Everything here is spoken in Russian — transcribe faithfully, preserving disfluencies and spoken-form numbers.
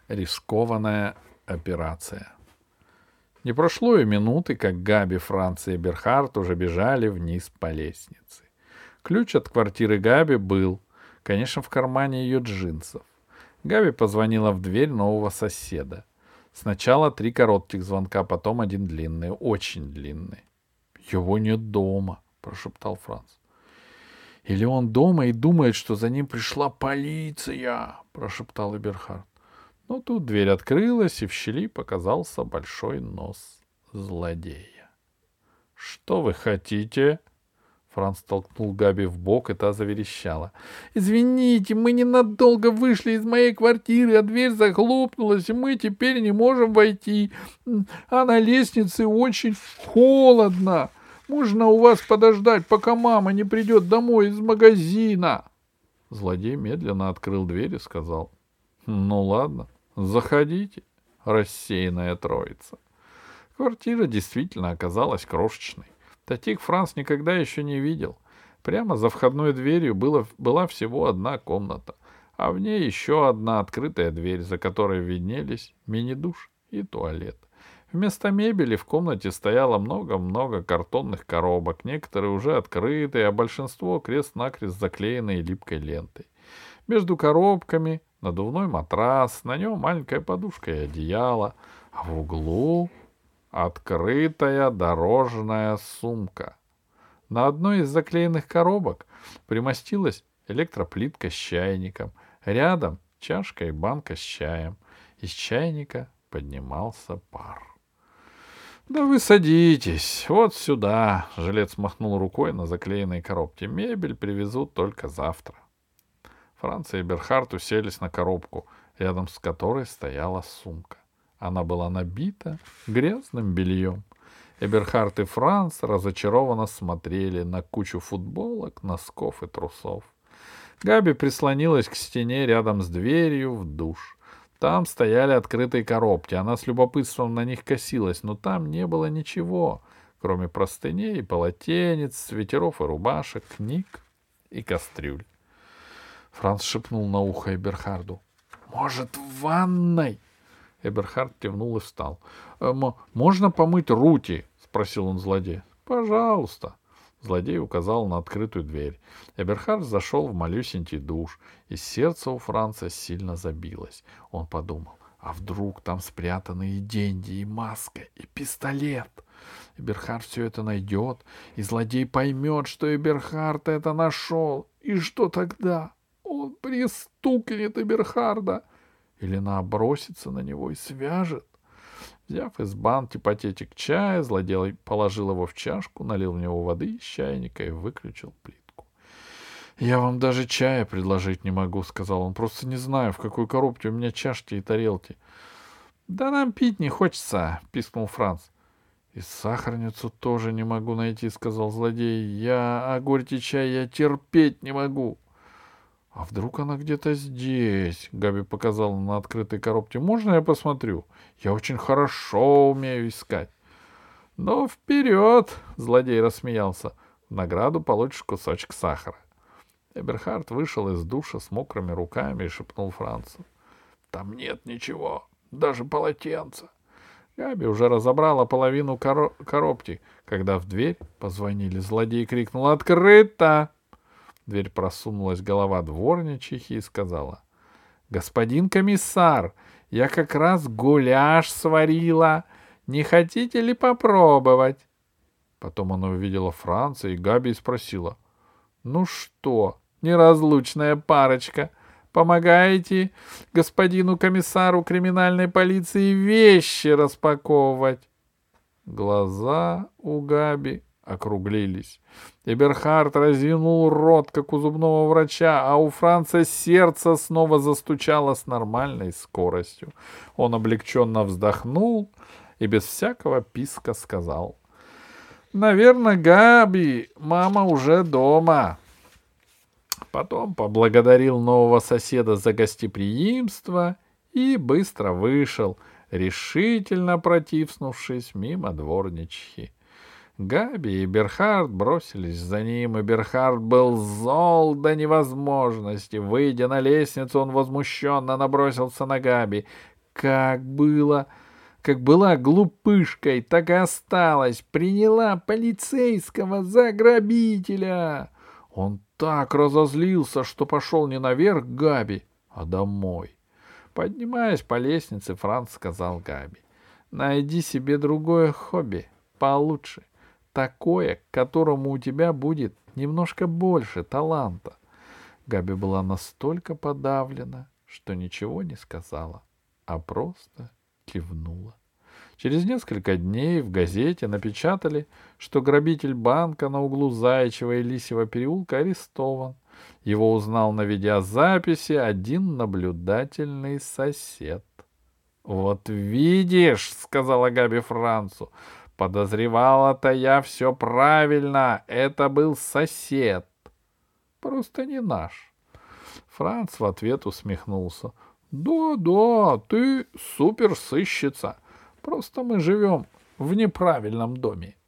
Рискованная операция. Не прошло и минуты, как Габи, Франц и Эберхард уже бежали вниз по лестнице. Ключ от квартиры Габи был, конечно, в кармане ее джинсов. Габи позвонила в дверь нового соседа. Сначала три коротких звонка, потом один длинный, очень длинный. — Его нет дома, — прошептал Франц. — Или он дома и думает, что за ним пришла полиция, — прошептал Эберхард. Но тут дверь открылась, и в щели показался большой нос злодея. — Что вы хотите? Франц толкнул Габи в бок, и та заверещала. — Извините, мы ненадолго вышли из моей квартиры, а дверь захлопнулась, и мы теперь не можем войти. А на лестнице очень холодно. Можно у вас подождать, пока мама не придет домой из магазина? Злодей медленно открыл дверь и сказал. — Ну ладно, заходите, рассеянная троица. Квартира действительно оказалась крошечной. Таких Франц никогда еще не видел. Прямо за входной дверью было, была всего одна комната, а в ней еще одна открытая дверь, за которой виднелись мини-душ и туалет. Вместо мебели в комнате стояло много-много картонных коробок, некоторые уже открытые, а большинство крест-накрест заклеенные липкой лентой. Между коробками надувной матрас, на нем маленькая подушка и одеяло, а в углу открытая дорожная сумка. На одной из заклеенных коробок примостилась электроплитка с чайником. Рядом чашка и банка с чаем. Из чайника поднимался пар. — Да вы садитесь, вот сюда. Жилец махнул рукой на заклеенные коробки. Мебель привезут только завтра. Франц и Эберхард уселись на коробку, рядом с которой стояла сумка. Она была набита грязным бельем. Эберхард и Франц разочарованно смотрели на кучу футболок, носков и трусов. Габи прислонилась к стене рядом с дверью в душ. Там стояли открытые коробки. Она с любопытством на них косилась, но там не было ничего, кроме простыней и полотенец, свитеров и рубашек, книг и кастрюль. Франц шепнул на ухо Эберхарду. — Может, в ванной? Эберхард кивнул и встал. — Можно помыть Рути? — спросил он злодея. — Пожалуйста. Злодей указал на открытую дверь. Эберхард зашел в малюсенький душ, и сердце у Франца сильно забилось. Он подумал, а вдруг там спрятаны и деньги, и маска, и пистолет? Эберхард все это найдет, и злодей поймет, что Эберхард это нашел. И что тогда? Он пристукнет Эберхарда. Или набросится на него и свяжет. Взяв из банки пакетик чая, злодей положил его в чашку, налил в него воды из чайника и выключил плитку. — Я вам даже чая предложить не могу, — сказал он. — Просто не знаю, в какой коробке у меня чашки и тарелки. — Да нам пить не хочется, — пискнул Франц. — И сахарницу тоже не могу найти, — сказал злодей. — Я, а горький чай я терпеть не могу. — А вдруг она где-то здесь? — Габи показала на открытой коробке. — Можно я посмотрю? Я очень хорошо умею искать. — Ну, вперед! — злодей рассмеялся. — В награду получишь кусочек сахара. Эберхард вышел из душа с мокрыми руками и шепнул Францу. — Там нет ничего, даже полотенца. Габи уже разобрала половину коро- коробки, когда в дверь позвонили. Злодей крикнул «Открыто!». В дверь просунулась голова дворничихи и сказала: «Господин комиссар, я как раз гуляш сварила. Не хотите ли попробовать?» Потом она увидела Франца и Габи и спросила: «Ну что, неразлучная парочка, помогаете господину комиссару криминальной полиции вещи распаковывать?» Глаза у Габи округлились. Эберхард разинул рот, как у зубного врача, а у Франца сердце снова застучало с нормальной скоростью. Он облегченно вздохнул и без всякого писка сказал: «Наверное, Габи, мама уже дома». Потом поблагодарил нового соседа за гостеприимство и быстро вышел, решительно протиснувшись мимо дворничихи. Габи и Эберхард бросились за ним. Эберхард был зол до невозможности. Выйдя на лестницу, он возмущенно набросился на Габи. Как было, как была глупышкой, так и осталась. Приняла полицейского за грабителя. Он так разозлился, что пошел не наверх к Габи, а домой. Поднимаясь по лестнице, Франц сказал Габи: «Найди себе другое хобби, получше, такое, к которому у тебя будет немножко больше таланта». Габи была настолько подавлена, что ничего не сказала, а просто кивнула. Через несколько дней в газете напечатали, что грабитель банка на углу Заячьего и Лисьего переулка арестован. Его узнал на видеозаписи один наблюдательный сосед. «Вот видишь», — сказала Габи Францу, — «подозревала-то я все правильно. Это был сосед. Просто не наш». Франц в ответ усмехнулся. «Да-да, ты суперсыщица. Просто мы живем в неправильном доме».